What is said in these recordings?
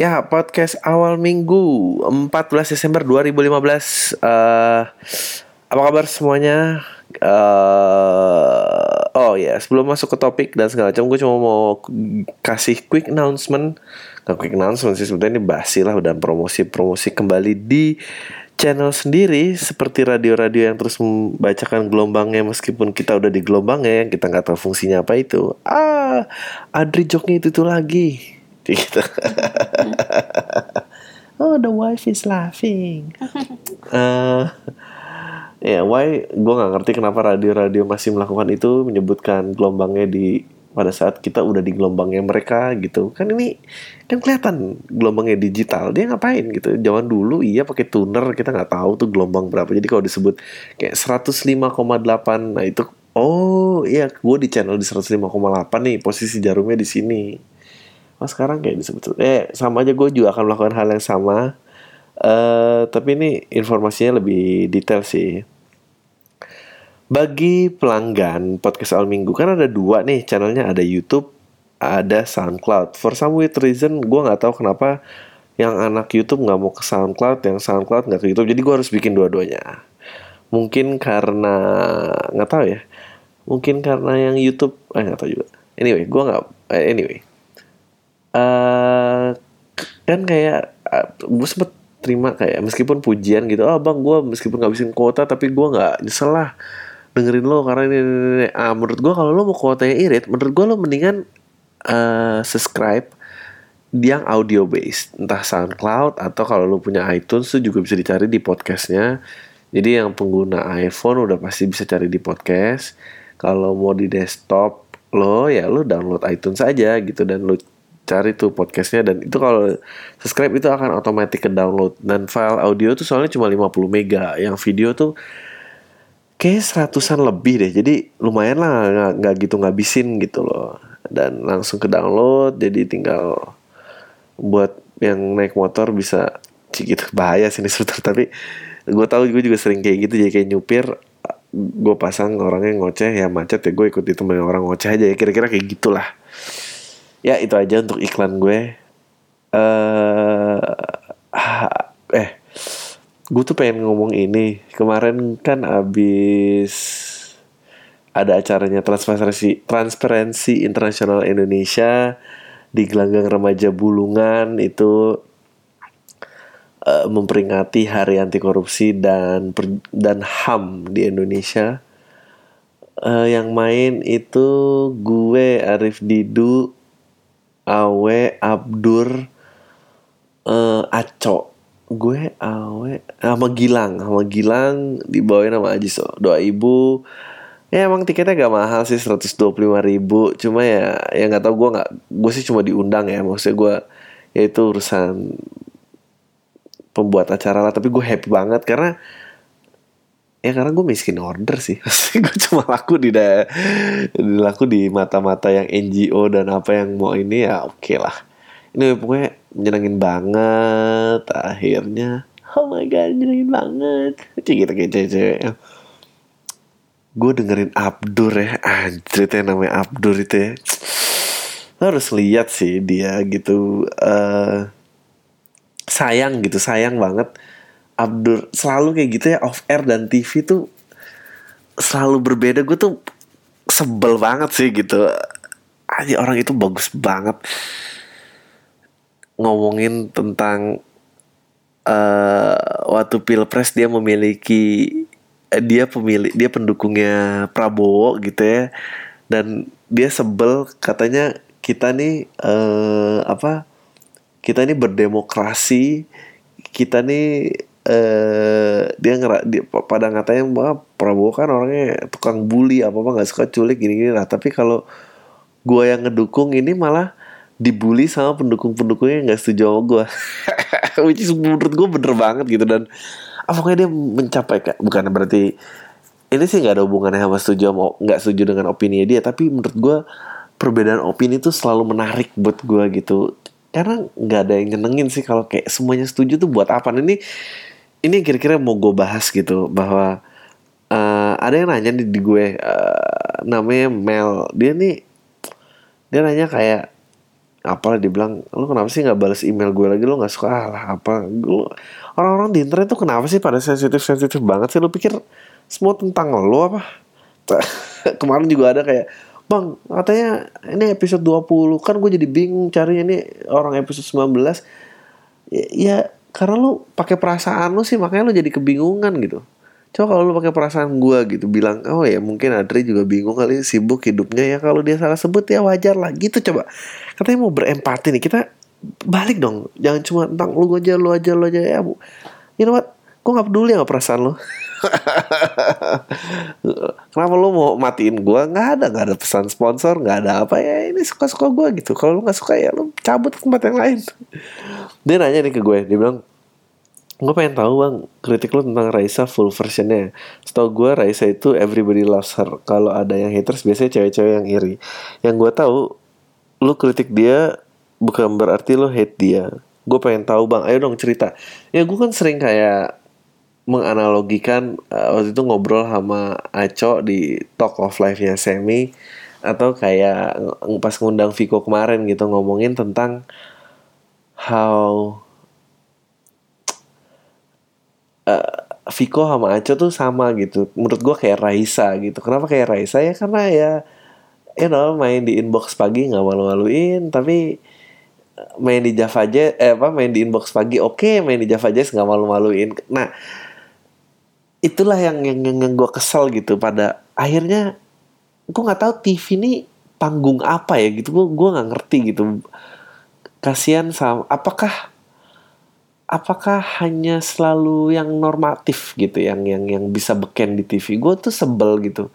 Ya, podcast awal minggu 14 Desember 2015. Apa kabar semuanya? Oh ya, sebelum masuk ke topik dan segala macam, gue cuma mau kasih quick announcement. Gak quick announcement sih, sebenarnya ini basi lah, udah promosi kembali di channel sendiri, seperti radio-radio yang terus membacakan gelombangnya meskipun kita udah di gelombangnya, kita nggak tahu fungsinya apa itu. Adri joknya itu tuh lagi. Gitu. Oh, the wife is laughing. Why gue nggak ngerti kenapa radio-radio masih melakukan itu, menyebutkan gelombangnya pada saat kita udah di gelombangnya mereka gitu. Kan ini kan kelihatan gelombangnya digital. Dia ngapain gitu? Zaman dulu iya pakai tuner, kita nggak tahu tuh gelombang berapa. Jadi kalau disebut kayak 105,8, nah itu oh iya, gue di channel di 105,8 nih, posisi jarumnya di sini. Oh, sekarang kayak disebut sama aja, gue juga akan melakukan hal yang sama. Tapi ini informasinya lebih detail sih. Bagi pelanggan podcast awal minggu, kan ada dua nih channelnya, ada YouTube, ada SoundCloud. For some weird reason, gue nggak tahu kenapa yang anak YouTube nggak mau ke SoundCloud, yang SoundCloud nggak ke YouTube. Jadi gue harus bikin dua-duanya. Mungkin karena nggak tahu ya. Mungkin karena yang YouTube, nggak tahu juga. Anyway, gue nggak. Kan kayak gue sempet terima kayak meskipun pujian gitu, bang, gue meskipun ngabisin kuota tapi gue nggak nyesel lah dengerin lo karena ini. Menurut gue kalau lo mau kuotanya irit, menurut gue lo mendingan subscribe yang audio based, entah SoundCloud atau kalau lo punya iTunes tuh juga bisa dicari di podcastnya. Jadi yang pengguna iPhone udah pasti bisa cari di podcast. Kalau mau di desktop lo, ya lo download iTunes aja gitu dan lo cari tuh podcastnya, dan itu kalau subscribe itu akan otomatis ke download. Dan file audio tuh soalnya cuma 50 mega, yang video tuh kayak 100-an lebih deh. Jadi lumayan lah, nggak gitu ngabisin gitu loh, dan langsung ke download. Jadi tinggal buat yang naik motor bisa gitu. Bahaya sih ini sebentar, tapi gue tahu, gue juga sering kayak gitu. Jadi kayak nyupir, gue pasang orangnya ngoceh, ya macet ya gue ikut ditemenin orang ngoceh aja ya, kira-kira kayak gitulah. Ya itu aja untuk iklan gue. Gue tuh pengen ngomong ini. Kemarin kan abis ada acaranya Transparency International Indonesia di gelanggang remaja Bulungan. Itu memperingati Hari Anti Korupsi dan HAM di Indonesia. Yang main itu gue, Arif Didu, Awe, Abdur, Aco, gue, Awe, sama Gilang dibawain sama Ajiso. Doa Ibu. Ya emang tiketnya gak mahal sih, 125.000. Cuma ya nggak tahu, gue sih cuma diundang ya. Maksudnya gue, ya itu urusan pembuat acara lah. Tapi gue happy banget karena gue miskin order sih. Gue cuma laku di mata-mata yang NGO dan apa yang mau ini, ya oke lah. Ini pokoknya menyenangin banget. Akhirnya, oh my god, menyenangin banget. Gitu kayak cewek. Gue dengerin Abdur ya, anjir, itu yang namanya Abdur itu ya. Lo harus lihat sih dia gitu. Sayang banget. Abdur selalu kayak gitu ya, off air dan TV tuh selalu berbeda. Gue tuh sebel banget sih gitu. Orang itu bagus banget ngomongin tentang waktu Pilpres dia dia pendukungnya Prabowo gitu ya, dan dia sebel katanya kita nih kita nih berdemokrasi, kita nih dia pada ngatain bahwa Prabowo kan orangnya tukang bully, apa nggak suka culik gini-gini lah. Tapi kalau gue yang ngedukung ini malah dibully sama pendukung-pendukungnya yang nggak setuju sama gue. Which is menurut gue bener banget gitu. Dan pokoknya dia mencapai, bukan berarti ini sih nggak ada hubungannya sama nggak setuju dengan opini dia, tapi menurut gue perbedaan opini itu selalu menarik buat gue gitu. Karena nggak ada yang nyenengin sih kalau kayak semuanya setuju tuh buat apa. Ini kira-kira mau gue bahas gitu, bahwa ada yang nanya di gue, namanya Mel. Dia nanya kayak, apalah dia bilang, lu kenapa sih nggak balas email gue lagi, lu nggak suka, lah apa lu, orang-orang di internet tuh kenapa sih pada sensitif banget sih, lu pikir semua tentang lu apa? Kemarin juga ada kayak, bang katanya ini episode 20 kan, gue jadi bingung cari ini orang episode 19. Ya karena lu pakai perasaan lu sih, makanya lu jadi kebingungan gitu. Coba kalau lu pakai perasaan gua gitu, bilang oh ya mungkin Adri juga bingung kali, sibuk hidupnya ya, kalau dia salah sebut ya wajar lah gitu. Coba katanya mau berempati nih, kita balik dong, jangan cuma tentang lu aja ya bu. You know what, gue nggak peduli sama perasaan lu. Kenapa lu mau matiin gua? Nggak ada pesan sponsor, nggak ada apa ya, ini suka gua gitu. Kalau lu nggak suka ya lu cabut ke tempat yang lain. Dia nanya nih ke gue, dia bilang, gue pengen tahu bang, kritik lu tentang Raisa full versionnya. Setahu gue Raisa itu everybody loves her. Kalau ada yang haters biasanya cewek-cewek yang iri. Yang gue tahu, lu kritik dia bukan berarti lu hate dia. Gue pengen tahu bang, ayo dong cerita. Ya gue kan sering kayak menganalogikan, waktu itu ngobrol sama Aco di Talk of Life-nya Semi, atau kayak pas ngundang Viko kemarin gitu, ngomongin tentang how Viko sama Aco tuh sama gitu. Menurut gue kayak Raisa gitu. Kenapa kayak Raisa ya? Karena ya, main di inbox pagi nggak malu-maluin, tapi main di Java Jazz, main di inbox pagi oke, main di Java Jazz nggak malu-maluin. Nah, itulah yang gue kesel gitu. Pada akhirnya gue nggak tahu TV ini panggung apa ya gitu. Gue nggak ngerti gitu. Kasian sama, apakah hanya selalu yang normatif gitu, yang bisa beken di TV. Gue tuh sebel gitu.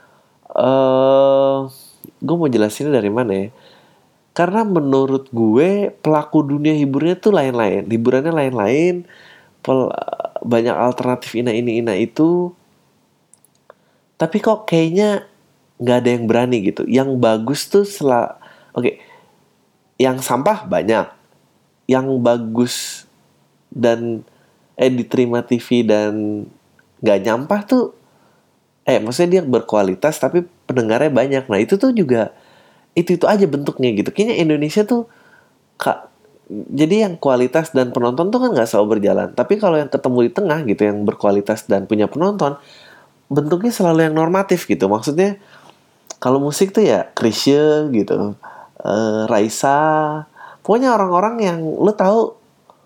Gue mau jelasinnya dari mana ya? Karena menurut gue pelaku dunia hiburannya tuh lain-lain, hiburannya lain-lain, banyak alternatif ina itu. Tapi kok kayaknya nggak ada yang berani gitu. Yang bagus tuh oke, yang sampah banyak, yang bagus dan diterima TV dan nggak nyampah tuh, maksudnya dia berkualitas tapi pendengarnya banyak. Nah itu tuh juga itu aja bentuknya gitu. Kayaknya Indonesia tuh kak, jadi yang kualitas dan penonton tuh kan nggak selalu berjalan. Tapi kalau yang ketemu di tengah gitu, yang berkualitas dan punya penonton, bentuknya selalu yang normatif gitu. Maksudnya kalau musik tuh ya Chrisye gitu, Raisa, pokoknya orang-orang yang lu tahu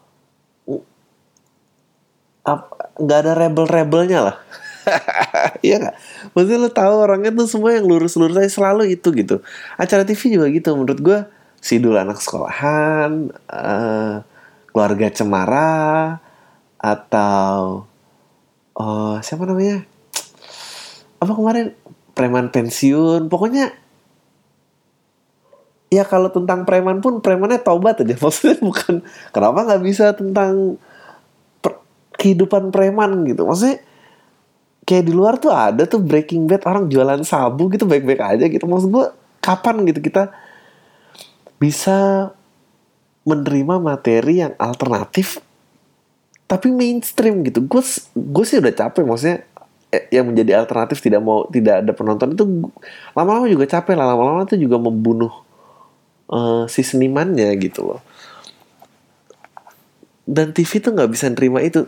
nggak ada rebel-rebelnya lah. Iya nggak? Maksudnya lu tahu orangnya tuh semua yang lurus-lurus aja, selalu itu gitu. Acara TV juga gitu menurut gue. Sidul anak sekolahan, keluarga cemara, atau siapa namanya? Apa kemarin, preman pensiun. Pokoknya ya kalau tentang preman pun premannya taubat aja. Maksudnya bukan, kenapa nggak bisa tentang kehidupan preman gitu. Maksudnya kayak di luar tuh ada tuh Breaking Bad, orang jualan sabu gitu baik-baik aja gitu. Maksud gue kapan gitu kita bisa menerima materi yang alternatif tapi mainstream gitu. Gue sih udah capek, maksudnya yang menjadi alternatif tidak ada penonton itu, lama-lama juga capek lah, lama-lama itu juga membunuh si senimannya gitu loh. Dan TV tuh nggak bisa nerima itu.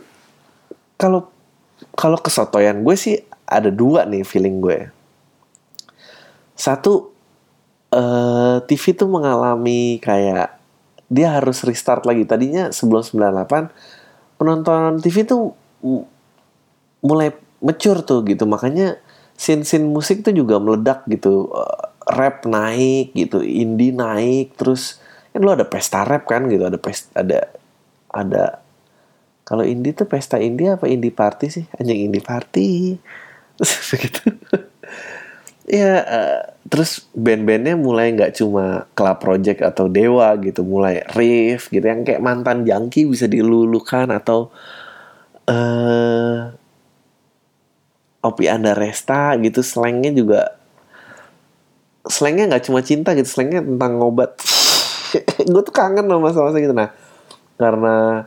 Kalau kesotoyan gue sih ada dua nih feeling gue. Satu, TV tuh mengalami kayak dia harus restart lagi. Tadinya sebelum 98 penonton TV tuh mulai mature tuh gitu. Makanya scene musik tuh juga meledak gitu. Rap naik gitu, indie naik, terus kan lo ada pesta rap kan gitu, ada kalau indie tuh pesta indie apa indie party sih? Anjing, indie party. Terus begitu. Ya, terus band-bandnya mulai nggak cuma Club Project atau Dewa gitu, mulai Riff gitu yang kayak mantan jangki bisa dilulukan, atau Opi Andaresta gitu, slangnya nggak cuma cinta gitu, slangnya tentang ngobat. Gue tuh kangen sama masa-masa gitu. Nah, karena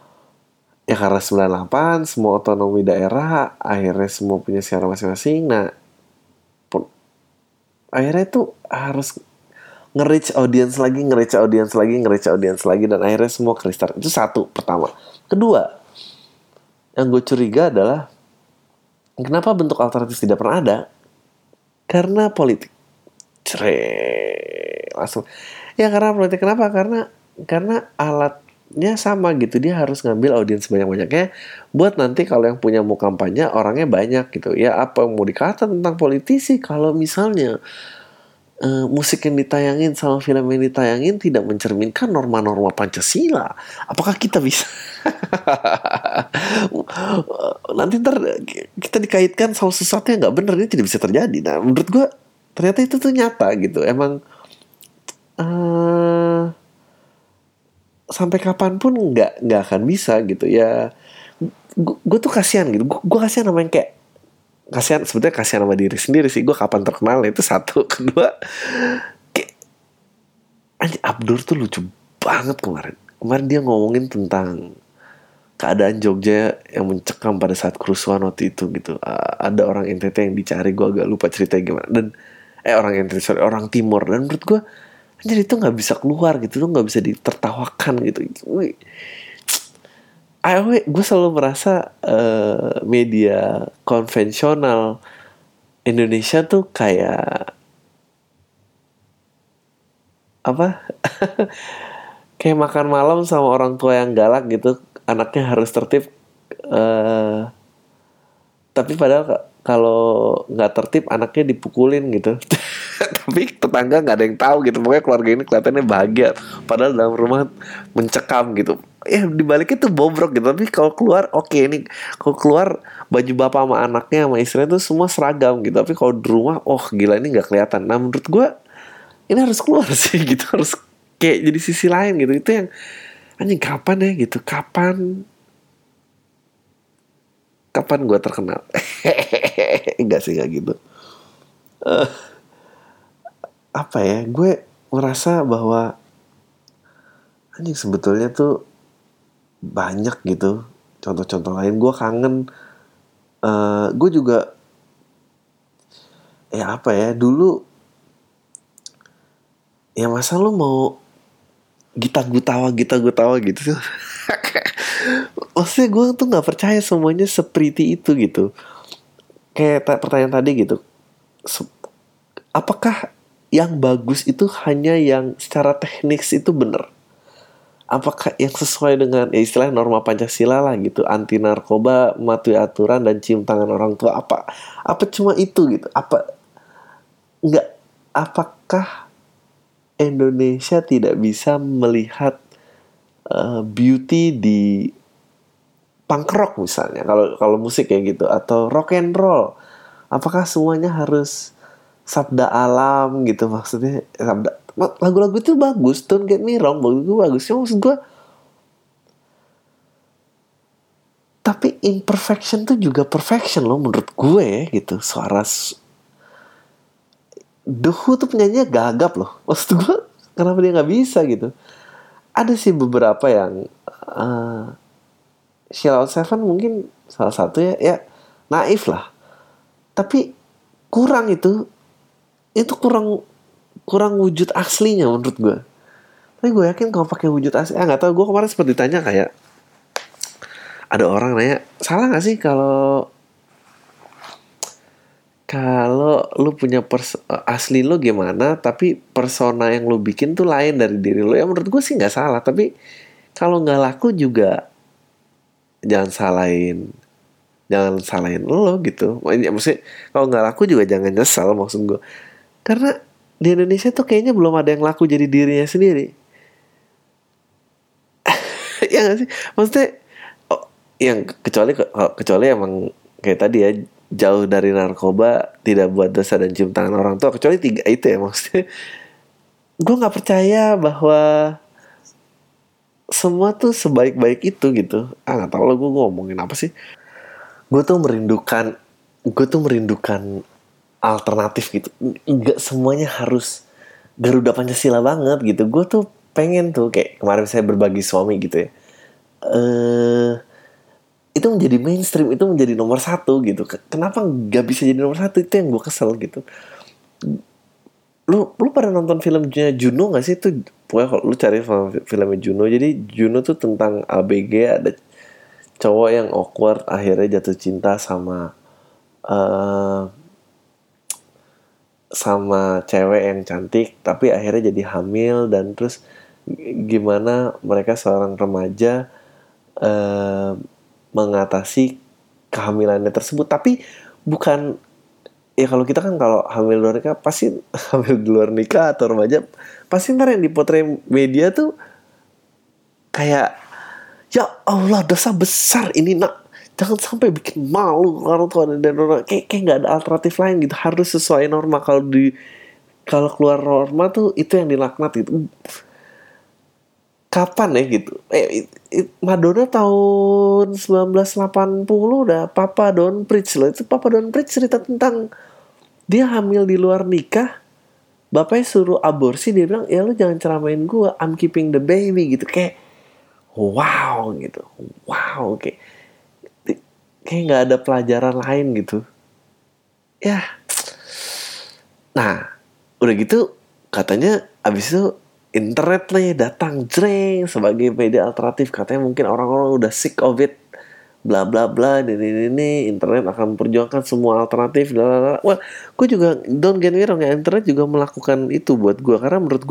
98 semua otonomi daerah akhirnya semua punya siaran masing-masing. Nah, akhirnya tuh harus nge-reach audience lagi dan akhirnya semua ke restart. Itu satu, pertama. Kedua, yang gue curiga adalah kenapa bentuk alternatif tidak pernah ada? Karena politik. Langsung. Ya karena politik. Kenapa? Karena alatnya sama gitu. Dia harus ngambil audiens banyak-banyaknya buat nanti kalau yang punya mau kampanye orangnya banyak gitu. Ya apa yang mau dikata tentang politisi kalau misalnya musik yang ditayangin sama film yang ditayangin tidak mencerminkan norma-norma Pancasila. Apakah kita bisa nanti ntar kita dikaitkan sama sesuatu yang nggak benar, ini tidak bisa terjadi. Nah menurut gue ternyata itu tuh nyata gitu. Emang sampai kapanpun nggak akan bisa gitu ya. Gue tuh kasihan gitu. Gue kasihan sama yang kayak sebetulnya kasihan sama diri sendiri sih. Gue kapan terkenal itu satu. Kedua, kayak Abdur tuh lucu banget kemarin dia ngomongin tentang keadaan Jogja yang mencekam pada saat kerusuhan waktu itu gitu. Ada orang NTT yang dicari, gue agak lupa ceritanya gimana. Dan orang NTT, orang Timur. Dan menurut gue anjir itu nggak bisa keluar gitu, tuh nggak bisa ditertawakan gitu. Gue selalu merasa media konvensional Indonesia tuh kayak apa? Kayak makan malam sama orang tua yang galak gitu, anaknya harus tertib. Tapi padahal kalau nggak tertib anaknya dipukulin gitu. Tapi tetangga nggak ada yang tahu gitu. Pokoknya keluarga ini kelihatannya bahagia, padahal dalam rumah mencekam gitu. Ya dibaliknya tuh bobrok gitu. Tapi kalau keluar oke, ini kalau keluar baju bapak sama anaknya sama istrinya tuh semua seragam gitu. Tapi kalau di rumah, oh gila ini nggak kelihatan. Nah menurut gue ini harus keluar sih gitu. Harus kayak jadi sisi lain gitu. Itu yang anjing kapan ya gitu. Kapan gue terkenal? Enggak sih, enggak gitu. Apa ya, gue merasa bahwa anjing sebetulnya tuh banyak gitu contoh-contoh lain. Gue kangen. Gue juga ya apa ya, dulu ya masa lu mau Gita Gutawa gitu. Maksudnya gue tuh nggak percaya semuanya seperti itu gitu. Kayak pertanyaan tadi gitu. Apakah yang bagus itu hanya yang secara teknis itu benar? Apakah yang sesuai dengan ya istilah norma Pancasila lah gitu, anti narkoba, mematuhi aturan dan cium tangan orang tua, apa cuma itu gitu? Enggak, apakah Indonesia tidak bisa melihat beauty di punk rock misalnya, kalau musik kayak gitu, atau rock and roll? Apakah semuanya harus sabda alam gitu? Maksudnya lagu-lagu itu bagus, don't get me wrong, bagus. Maksud gue, tapi imperfection tuh juga perfection loh menurut gue ya gitu. Suara The Who tuh penyanyinya gagap loh. Maksud gue kenapa dia nggak bisa gitu? Ada sih beberapa yang Sheila on Seven mungkin salah satu ya naif lah. Tapi kurang itu kurang wujud aslinya menurut gue. Tapi gue yakin kalau pakai wujud asli, nggak tahu. Gue kemarin sempat ditanya kayak ada orang nanya, salah nggak sih kalau lu punya asli lu gimana, tapi persona yang lu bikin tuh lain dari diri lu? Ya menurut gue sih nggak salah. Tapi kalau nggak laku juga jangan salahin lo gitu. Maksudnya kalau nggak laku juga jangan nyesal, maksud gue. Karena di Indonesia tuh kayaknya belum ada yang laku jadi dirinya sendiri. Ya nggak sih? Maksudnya yang kecuali emang kayak tadi ya, jauh dari narkoba, tidak buat dosa dan cium tangan orang tua. Kecuali 3 itu ya, maksudnya gue nggak percaya bahwa semua tuh sebaik-baik itu gitu. Nggak tahu lah gue ngomongin apa sih. Gue tuh merindukan alternatif gitu. Nggak semuanya harus Garuda Pancasila banget gitu. Gue tuh pengen tuh kayak kemarin saya berbagi suami gitu ya. Itu menjadi mainstream, itu menjadi nomor 1 gitu. Kenapa nggak bisa jadi nomor 1? Itu yang gue kesel gitu. Lu pada nonton filmnya Juno gak sih? Itu pokoknya kalau lu cari filmnya Juno, jadi Juno tuh tentang ABG, ada cowok yang awkward akhirnya jatuh cinta eh sama cewek yang cantik tapi akhirnya jadi hamil, dan terus gimana mereka seorang remaja eh mengatasi kehamilannya tersebut. Tapi bukan, ya kalau kita kan kalau hamil di luar nikah pasti hamil di luar nikah atau remaja pasti ntar yang dipotret media tuh kayak, ya Allah dosa besar ini nak, jangan sampai bikin malu orang tua dan orang, kayak nggak ada alternatif lain gitu, harus sesuai norma. Kalau keluar norma tuh itu yang dilaknat gitu. Kapan ya gitu, Madonna tahun 1980 udah Papa Don't Preach loh. Itu Papa Don't Preach cerita tentang dia hamil di luar nikah, bapaknya suruh aborsi, dia bilang ya lu jangan ceramain gue, I'm keeping the baby gitu. Kayak wow gitu, wow, kayak nggak ada pelajaran lain gitu ya. Nah udah gitu katanya abis itu internet nih datang jreng sebagai media alternatif, katanya mungkin orang-orang udah sick of it, bla bla bla, ini internet akan memperjuangkan semua alternatif, bla bla bla. Wah, gue juga don't get me wrong ya, internet juga melakukan itu buat gue, karena menurut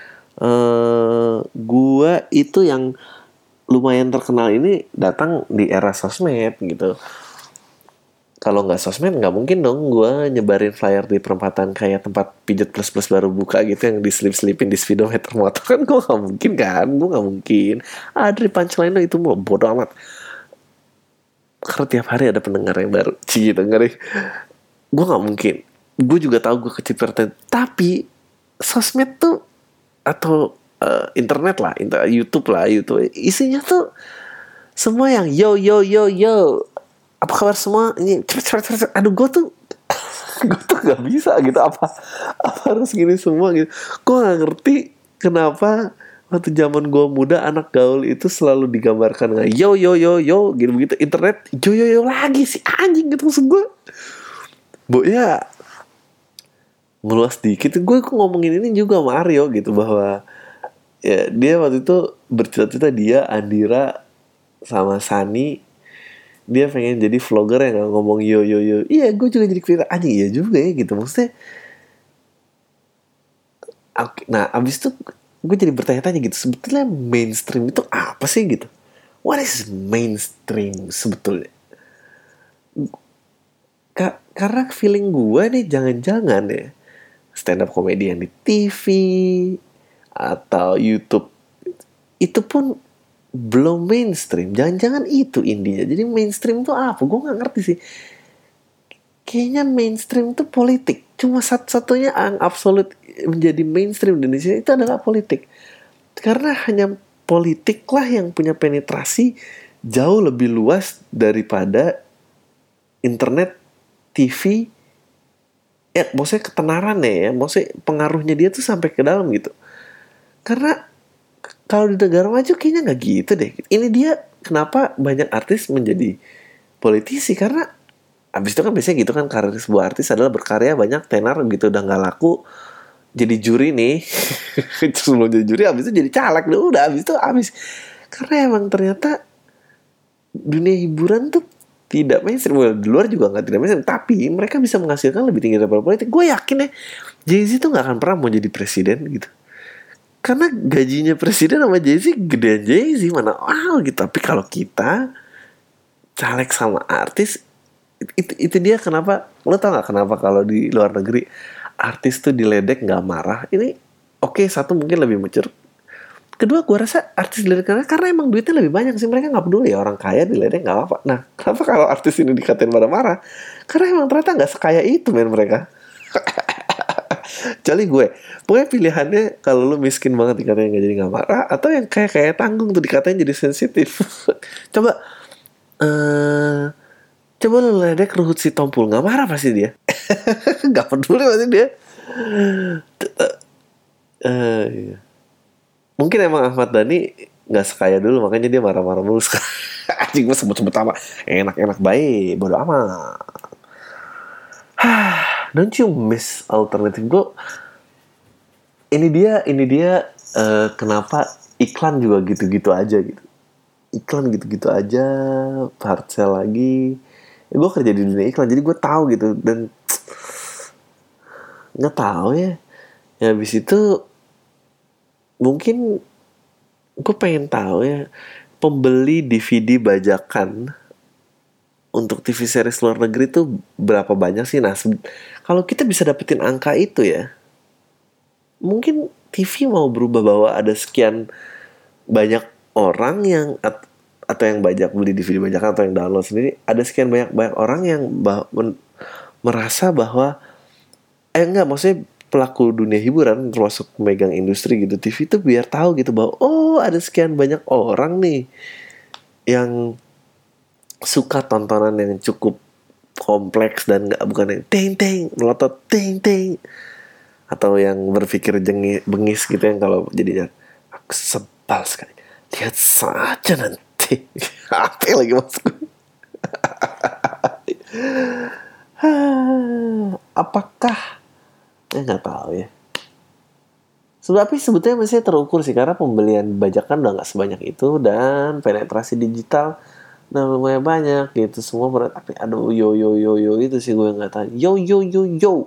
gue itu yang lumayan terkenal ini datang di era sosmed gitu. Kalau nggak sosmed nggak mungkin dong gue nyebarin flyer di perempatan kayak tempat pijat plus plus baru buka gitu yang diselip-selipin di speedometer motor. Kan gue nggak mungkin kan, gue nggak mungkin ada di punchline itu mau bodo amat, karena tiap hari ada pendengar yang baru gitu ngeri. Gue nggak mungkin, gue juga tahu gue kecipratan, tapi sosmed tuh atau internet lah, YouTube lah, YouTube isinya tuh semua yang yo yo yo yo, apa kabar semua, ini cepet. Aduh gue tuh gue tuh nggak bisa gitu, apa harus gini semua gitu. Gue nggak ngerti kenapa waktu zaman gue muda anak gaul itu selalu digambarkan dengan yo yo yo yo gitu begitu, internet yo yo yo lagi sih anjing gitu. Maksud gue ya meluas dikit. Gue ngomongin ini juga sama Aryo gitu, bahwa ya dia waktu itu bercita-cita, dia Andira sama Sani, dia pengen jadi vlogger yang gak ngomong yo yo yo. Iya gue juga jadi kira anjing, iya juga ya gitu maksudnya. Nah abis itu gue jadi bertanya-tanya gitu, sebetulnya mainstream itu apa sih gitu. What is mainstream sebetulnya? Karena feeling gue nih, jangan-jangan ya stand up comedy yang di TV atau YouTube itu pun belum mainstream. Jangan-jangan itu intinya. Jadi mainstream itu apa? Gue nggak ngerti sih. Kayaknya mainstream itu politik. Cuma satu-satunya yang absolut menjadi mainstream di Indonesia itu adalah politik. Karena hanya politik lah yang punya penetrasi jauh lebih luas daripada internet, TV. Ya maksudnya ketenarannya ya, maksudnya pengaruhnya dia tuh sampai ke dalam gitu. Karena kalau di negara maju kayaknya nggak gitu deh. Ini dia kenapa banyak artis menjadi politisi, karena abis itu kan biasanya gitu kan, karir sebuah artis adalah berkarya banyak tenar gitu, udah nggak laku jadi juri nih. Sebelum jadi juri abis itu jadi caleg, udah abis itu abis. Karena emang ternyata dunia hiburan tuh tidak mainstream. Well, di luar juga nggak tidak mainstream, tapi mereka bisa menghasilkan lebih tinggi daripada politik. Gue yakin ya Jay-Z tuh nggak akan pernah mau jadi presiden gitu, karena gajinya presiden sama Jay-Z gedean Jay-Z mana gitu. Tapi kalau kita caleg sama artis, itu dia kenapa. Lo tau gak kenapa kalau di luar negeri artis tuh diledek gak marah? Ini oke, satu mungkin lebih mature, kedua gue rasa artis diledek karena emang duitnya lebih banyak sih. Mereka gak peduli ya, orang kaya diledek gak apa-apa. Nah kenapa kalau artis ini dikatain pada marah? Karena emang ternyata gak sekaya itu men mereka. Kecuali gue, pokoknya pilihannya kalau lu miskin banget dikatain gak jadi gak marah, atau yang kayak tanggung tuh dikatain jadi sensitif. Coba coba lu ledek Ruhut Sitompul, gak marah pasti dia. Gak peduli pasti dia. Iya. Mungkin emang Ahmad Dhani gak sekaya dulu, makanya dia marah-marah mulu. Anjing gue sebut-sebut sama enak-enak baik, bodo amat. Don't you miss alternative? Gue ini dia kenapa iklan juga gitu-gitu aja gitu. Iklan gitu-gitu aja, hard sell lagi. Gue kerja di dunia iklan, jadi gue tahu gitu. Dan nggak tahu ya. Ya habis itu mungkin gue pengen tahu ya, pembeli DVD bajakan untuk TV series luar negeri tuh berapa banyak sih? Nah, kalau kita bisa dapetin angka itu ya, mungkin TV mau berubah bahwa ada sekian banyak orang yang atau yang banyak beli DVD bajakan atau yang download sendiri, ada sekian banyak banyak orang yang merasa bahwa enggak, maksudnya pelaku dunia hiburan termasuk megang industri gitu TV itu biar tahu gitu bahwa oh ada sekian banyak orang nih yang suka tontonan yang cukup kompleks dan nggak, bukan yang teng teng melotot teng teng, atau yang berpikir bengis gitu yang kalau jadinya aku sebal sekali, lihat saja nanti. Apa yang lagi masuk. Apakah nggak tahu ya. Tapi sebetulnya masih terukur sih, karena pembelian bajakan udah nggak sebanyak itu dan penetrasi digital udah lumayan banyak gitu. Semua berat, tapi aduh yo itu sih gue nggak tahu. Yo.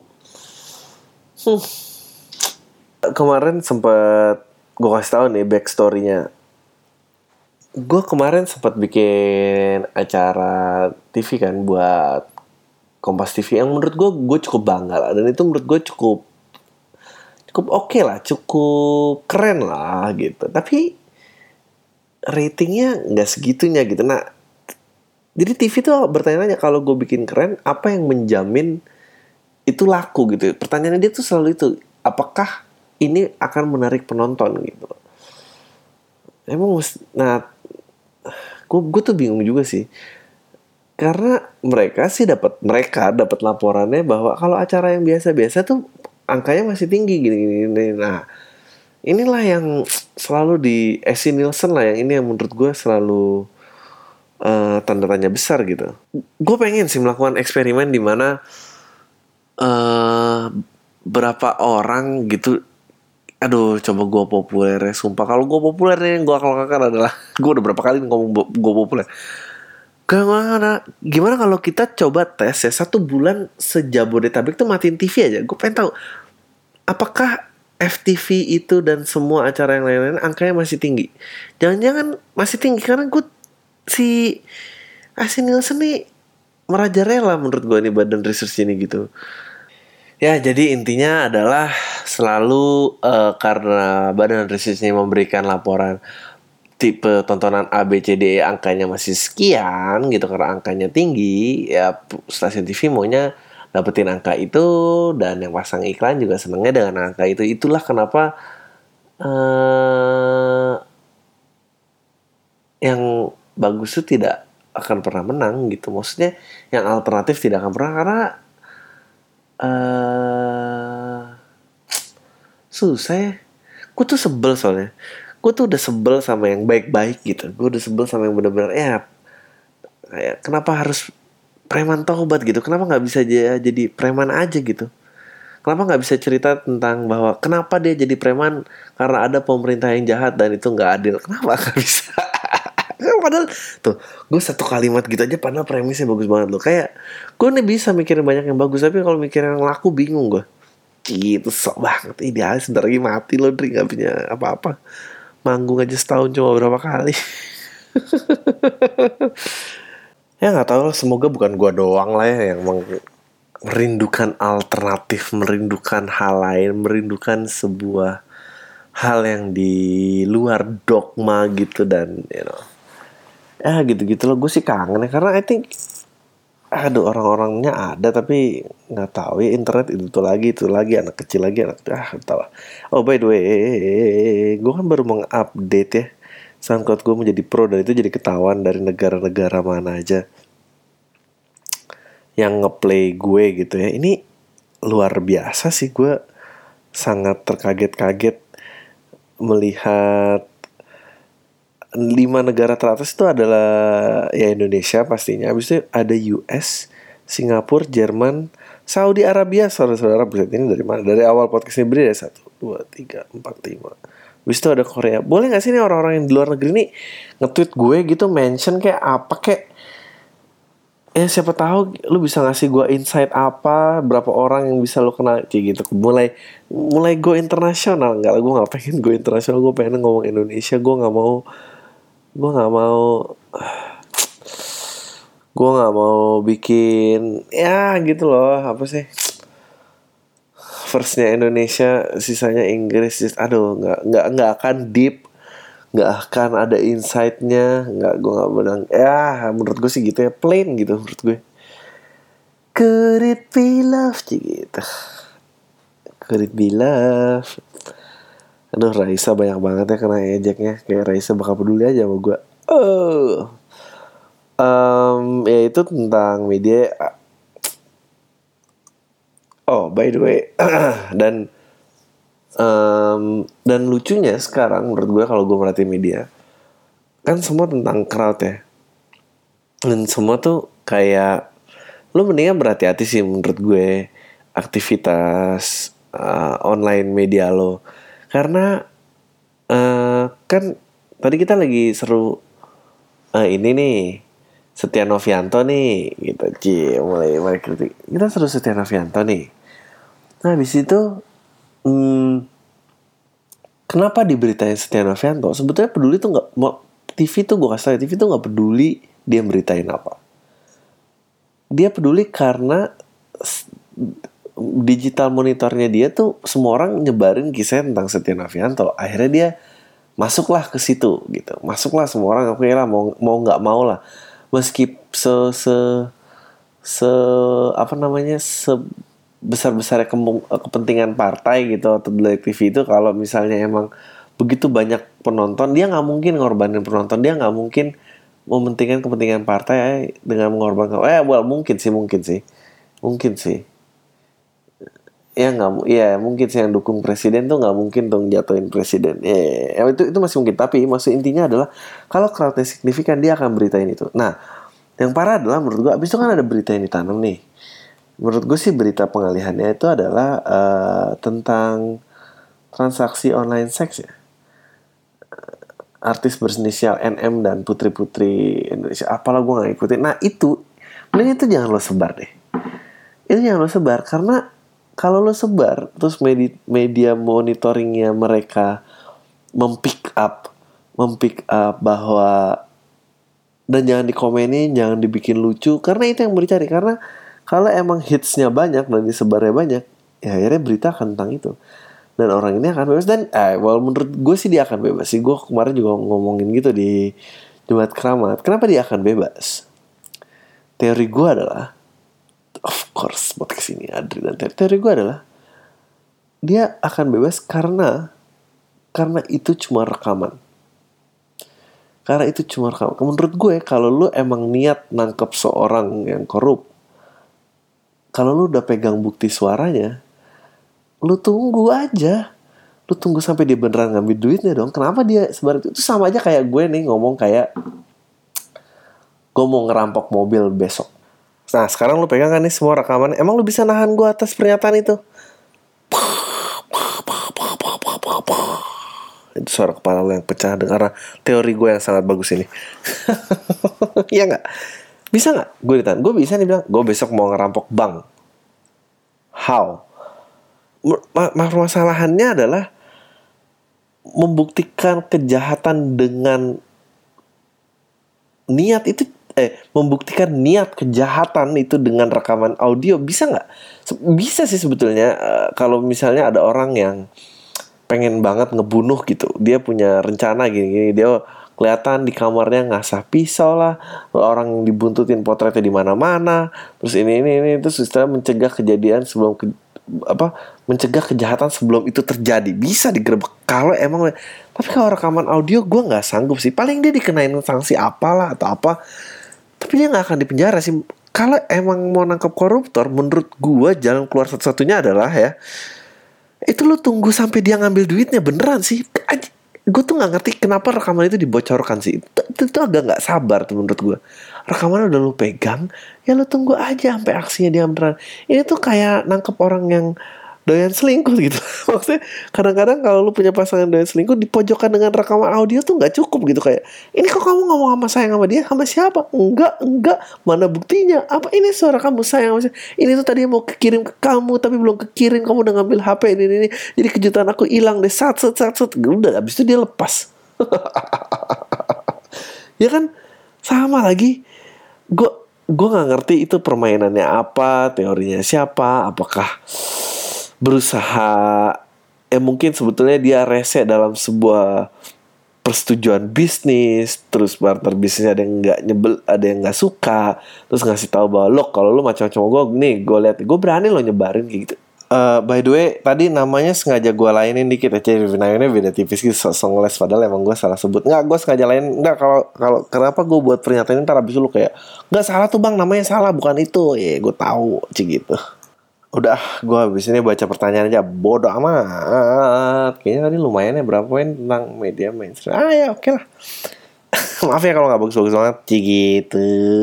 Kemarin sempat gue kasih tahu nih backstory-nya. Gue kemarin sempat bikin acara TV kan buat Kompas TV yang menurut gue cukup bangga lah, dan itu menurut gue cukup oke lah, cukup keren lah gitu. Tapi ratingnya nggak segitunya gitu. Nah, jadi TV tuh bertanya-tanya, kalau gue bikin keren, apa yang menjamin itu laku gitu. Pertanyaannya dia tuh selalu itu, apakah ini akan menarik penonton gitu. Emang nah, gue tuh bingung juga sih. Karena mereka dapat laporannya bahwa kalau acara yang biasa-biasa tuh angkanya masih tinggi gini. Nah, inilah yang selalu di SC Nielsen lah, yang ini yang menurut gue selalu tanda tanya besar gitu. Gue pengen sih melakukan eksperimen di mana berapa orang gitu. Aduh, coba gue populer ya, sumpah. Kalau gue populer nih, gue akan lakukan adalah gue udah berapa kali ngomong gue populer. Gimana kalau kita coba tes ya 1 bulan sejabodetabek tuh matiin TV aja. Gue pengen tahu apakah FTV itu dan semua acara yang lain-lain angkanya masih tinggi. Jangan-jangan masih tinggi karena si Asin Nielsen nih merajalela menurut gue nih, badan research ini gitu. Ya, jadi intinya adalah selalu karena badan research ini memberikan laporan tipe tontonan A, B, C, D, E angkanya masih sekian gitu, karena angkanya tinggi, ya stasiun TV maunya dapetin angka itu, dan yang pasang iklan juga senengnya dengan angka itu. Itulah kenapa yang bagus itu tidak akan pernah menang gitu. Maksudnya yang alternatif tidak akan pernah, karena susah ya. Gue tuh sebel soalnya. Gue tuh udah sebel sama yang baik-baik gitu. Gue udah sebel sama yang benar-benar kayak kenapa harus preman tobat gitu. Kenapa gak bisa jadi preman aja gitu. Kenapa gak bisa cerita tentang bahwa kenapa dia jadi preman karena ada pemerintah yang jahat dan itu gak adil. Kenapa gak bisa. Padahal tuh gue 1 kalimat gitu aja, padahal premisnya bagus banget loh. Kayak gue nih bisa mikirin banyak yang bagus, tapi kalau mikirin yang laku bingung gue. Gitu sok banget. Idealis sebentar lagi mati loh, Dri, gak punya apa-apa. Manggung aja setahun cuma berapa kali. Ya nggak tahu, semoga bukan gue doang lah ya yang merindukan alternatif, merindukan hal lain, merindukan sebuah hal yang di luar dogma gitu. Dan ya gitu-gitu loh. Gue sih kangen ya, karena I think orang-orangnya ada tapi nggak tahu ya, internet itu lagi anak kecil lagi tahu. Oh, by the way, gue kan baru mengupdate ya SoundCloud gue menjadi pro, dan itu jadi ketahuan dari negara-negara mana aja yang ngeplay gue gitu ya. Ini luar biasa sih, gue sangat terkaget-kaget melihat 5 negara teratas itu adalah ya Indonesia pastinya. Habis itu ada US, Singapura, Jerman, Saudi Arabia. Saudara-saudara, buset, ini dari mana? Dari awal podcast ini beri ada 1 2, 3, 4, 5. Habis itu ada Korea. Boleh gak sih nih orang-orang yang di luar negeri nih nge-tweet gue gitu, mention kayak apa kayak, ya siapa tahu lu bisa ngasih gue insight apa, berapa orang yang bisa lu kenal kayak gitu. Mulai go internasional. Enggak lah, gue gak pengen go internasional. Gue pengen ngomong Indonesia. Gue gak mau bikin ya gitu loh, apa sih, firstnya Indonesia sisanya Inggris. Aduh, nggak akan deep, nggak akan ada insightnya. Gue nggak bilang ya, menurut gue sih gitu ya, plain gitu menurut gue. Could it be love gitu, could it be love. Aduh, Raisa banyak banget ya kena ejeknya. Kayak Raisa bakal peduli aja sama gue. Ya itu tentang media. Oh, by the way, dan lucunya sekarang menurut gue kalau gue merhatiin media, kan semua tentang crowd ya. Dan semua tuh kayak, lo mendingan berhati-hati sih menurut gue aktivitas online media lo. Karena kan tadi kita lagi seru ini nih, Setia Novanto nih gitu. Mulai kritik. Kita seru Setia Novanto nih. Nah habis itu kenapa diberitain Setia Novanto? Sebetulnya peduli tuh nggak, TV tuh gue kasih tau, TV tuh nggak peduli dia beritain apa. Dia peduli karena digital monitornya dia tuh semua orang nyebarin kisah tentang Setia Novanto. Akhirnya dia masuklah ke situ gitu. Masuklah semua orang, oke lah, mau nggak mau lah. Meski besar-besarnya kepentingan partai gitu atau Black TV itu, kalau misalnya emang begitu banyak penonton, dia nggak mungkin ngorbanin penonton, dia nggak mungkin mementingkan kepentingan partai dengan mengorbankan. Mungkin sih ya nggak, ya mungkin sih yang dukung presiden tuh nggak mungkin dong jatuhin presiden. Itu masih mungkin, tapi maksud intinya adalah kalau crowdnya signifikan dia akan beritain itu. Nah yang parah adalah menurut gue, abis itu kan ada berita yang ditanam nih. Menurut gue sih berita pengalihannya itu adalah tentang transaksi online seks ya. Artis berinisial NM dan putri-putri Indonesia. Apalah gue gak ngikutin. Nah itu, mending itu jangan lo sebar deh. Itu jangan lo sebar, karena kalau lo sebar terus media monitoringnya mereka mempick up bahwa, dan jangan dikomenin, jangan dibikin lucu, karena itu yang mau dicari. Karena kalau emang hitsnya banyak dan disebarnya banyak, ya akhirnya berita akan tentang itu. Dan orang ini akan bebas. Dan menurut gue sih dia akan bebas sih. Gue kemarin juga ngomongin gitu di Jumat Keramat. Kenapa dia akan bebas? Teori gue adalah, of course podcast ini Adri dan teori gue adalah, dia akan bebas karena itu cuma rekaman. Karena itu cuma rekaman. Menurut gue, kalau lu emang niat nangkep seorang yang korup, kalau lu udah pegang bukti suaranya, lu tunggu aja. Lu tunggu sampai dia beneran ngambil duitnya dong. Kenapa dia sebar itu? Itu sama aja kayak gue nih ngomong kayak, gue mau ngerampok mobil besok. Nah sekarang lu pegang kan nih semua rekaman. Emang lu bisa nahan gue atas pernyataan itu? Itu suara kepala lu yang pecah karena teori gue yang sangat bagus ini. Iya gak? Bisa gak? Gue ditahan. Gue bisa nih bilang, gue besok mau ngerampok bank. How? Permasalahannya adalah membuktikan kejahatan dengan niat itu, membuktikan niat kejahatan itu dengan rekaman audio. Bisa nggak? Bisa sih sebetulnya. Kalau misalnya ada orang yang pengen banget ngebunuh gitu, dia punya rencana gini-gini, dia kelihatan di kamarnya ngasah pisau lah, orang yang dibuntutin potretnya di mana-mana, terus ini terus istilah mencegah kejadian sebelum mencegah kejahatan sebelum itu terjadi, bisa digerebek kalau emang. Tapi kalau rekaman audio gue nggak sanggup sih. Paling dia dikenain sanksi apalah atau apa, tapi dia nggak akan dipenjara sih. Kalau emang mau nangkep koruptor, menurut gue jalan keluar satu-satunya adalah ya, itu lo tunggu sampai dia ngambil duitnya beneran sih. Gue tuh nggak ngerti kenapa rekaman itu dibocorkan sih. Itu agak nggak sabar tuh menurut gue. Rekaman udah lo pegang, ya lo tunggu aja sampai aksinya dia beneran. Ini tuh kayak nangkep orang yang doyan selingkuh gitu. Maksudnya kadang-kadang kalau lu punya pasangan doyan selingkuh, dipojokkan dengan rekaman audio tuh nggak cukup gitu. Kayak, ini kok kamu ngomong sama sayang sama dia, sama siapa? Enggak, mana buktinya? Apa ini suara kamu sayang sama siapa? Ini tuh tadi mau kekirim ke kamu tapi belum kekirim, kamu udah ngambil HP ini. Jadi kejutan aku hilang deh, sat. Udah, abis itu dia lepas. Ya kan, sama lagi. Gue nggak ngerti itu permainannya apa, teorinya siapa, apakah berusaha, mungkin sebetulnya dia rese dalam sebuah persetujuan bisnis, terus partner bisnisnya ada yang nggak nyebel, ada yang nggak suka, terus ngasih tahu bahwa lo kalau lo macam-macam gue nih, gue lihat gue berani lo nyebarin kayak gitu. By the way, tadi namanya sengaja gue lainin dikit aja, Rivenayonnya beda tipis gitu, sok ngeles, padahal emang gue salah sebut. Nggak, gue sengaja lain. Nggak, kalau kenapa gue buat pernyataan ini, ntar abis lu kayak, nggak salah tuh bang, namanya salah, bukan itu. Ya, gue tahu, gitu. Udah, gue abis ini baca pertanyaan aja, bodoh amat. Kayaknya tadi lumayan ya, berapa poin tentang media mainstream. Ya oke lah. Maaf ya kalau nggak bagus-bagus banget, gitu.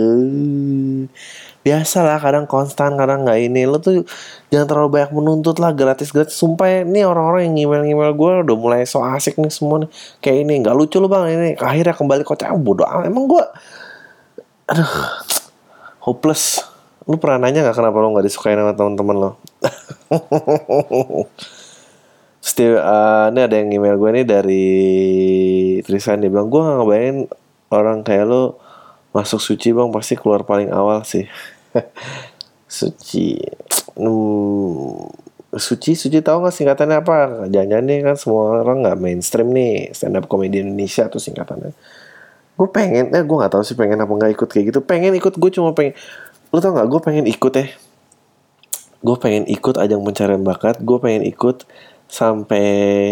Biasalah, kadang konstan, kadang nggak ini. Lo tuh jangan terlalu banyak menuntut lah, gratis. Sumpah nih orang-orang yang email gue udah mulai so asik nih semua nih. Kayak ini nggak lucu lo bang, ini akhirnya kembali kocak. Bodoh amat. Emang gue, aduh, hopeless. Lu pernah nanya nggak kenapa lo nggak disukain sama teman-teman lo? Steve, ini ada yang email gue nih dari Trisan, dia bilang, gue nggak ngebayangin orang kayak lo masuk Suci bang, pasti keluar paling awal sih. Suci, Suci tahu nggak singkatannya apa? Jangan-jangan nih kan semua orang nggak mainstream nih stand up comedy Indonesia tuh singkatannya. Gue pengen, gue nggak tahu sih pengen apa nggak ikut kayak gitu. Pengen ikut, gue cuma pengen. Lo tau nggak? Gue pengen ikut Gue pengen ikut ajang pencarian bakat. Gue pengen ikut sampai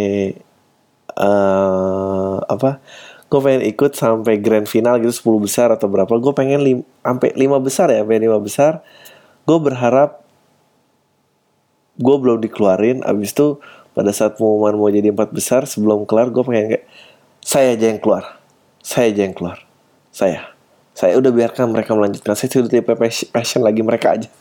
gue pengen ikut sampai grand final gitu, 10 besar atau berapa. Gue pengen sampai 5 besar ya, sampai 5 besar. Gue berharap gue belum dikeluarin. Abis itu pada saat pengumuman mau jadi 4 besar, sebelum kelar gue pengen kayak, saya aja yang keluar. Saya udah biarkan mereka melanjutkan. Saya sudah tidak passion lagi, mereka aja.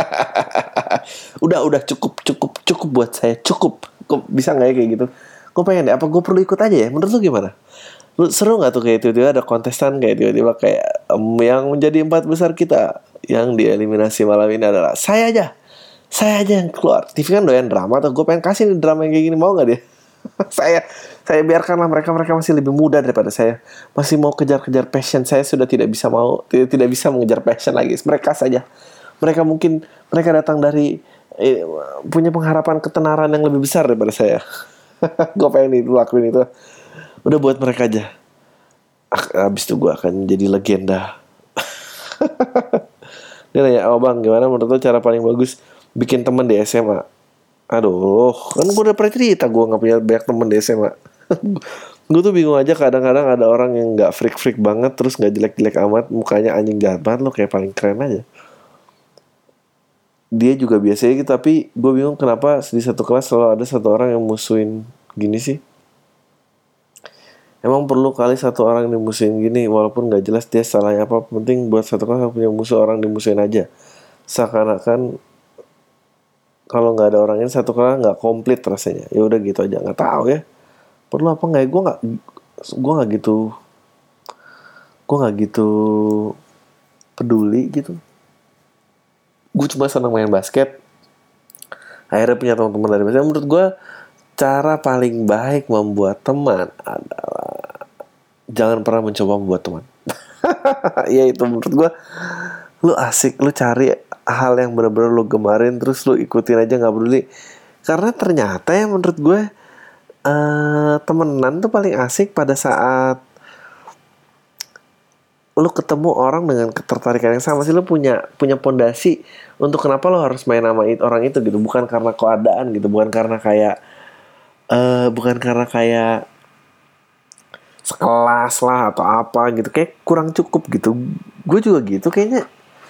udah cukup buat saya, cukup. Kok bisa nggak ya kayak gitu? Gue pengen deh. Apa gue perlu ikut aja ya? Menurut lu gimana? Lu seru nggak tuh kayak tiba-tiba ada kontestan kayak tiba-tiba kayak yang menjadi 4 besar kita yang dieliminasi malam ini adalah saya aja yang keluar. TV kan doyan drama tuh. Gue pengen kasih nih drama yang kayak gini, mau nggak dia? saya biarkanlah mereka masih lebih muda daripada saya, masih mau kejar-kejar passion. Saya sudah tidak bisa mengejar passion lagi. Mereka saja, mereka datang dari punya pengharapan ketenaran yang lebih besar daripada saya. Gue pengen lakuin itu. Udah buat mereka aja. Abis itu gue akan jadi legenda. Dia nanya, bang, gimana menurut lo cara paling bagus bikin teman di SMA? Aduh, kan gue udah pernah cerita gue gak punya banyak temen di SMA. Gue tuh bingung aja, kadang-kadang ada orang yang gak freak banget, terus gak jelek-jelek amat, mukanya anjing jahat banget, lo kayak paling keren aja. Dia juga biasa gitu, tapi gue bingung kenapa di satu kelas selalu ada satu orang yang musuhin gini sih. Emang perlu kali satu orang dimusuhin gini, walaupun gak jelas dia salahnya apa, penting buat satu kelas punya musuh, orang dimusuhin aja. Seakan-akan kalau nggak ada orang ini satu kelas nggak komplit rasanya. Ya udah gitu aja, nggak tahu ya perlu apa nggak. Gue nggak gitu peduli gitu. Gue cuma senang main basket, akhirnya punya teman-teman dari basket. Menurut gue cara paling baik membuat teman adalah jangan pernah mencoba membuat teman. Ya itu menurut gue, lu asik, lu cari hal yang benar-benar lu gemarin, terus lu ikutin aja, nggak peduli. Karena ternyata ya menurut gue temenan tuh paling asik pada saat lu ketemu orang dengan ketertarikan yang sama sih. Lu punya pondasi untuk kenapa lu harus main sama orang itu gitu. Bukan karena keadaan gitu, bukan karena kayak sekelas lah atau apa gitu, kayak kurang cukup gitu. Gue juga gitu kayaknya.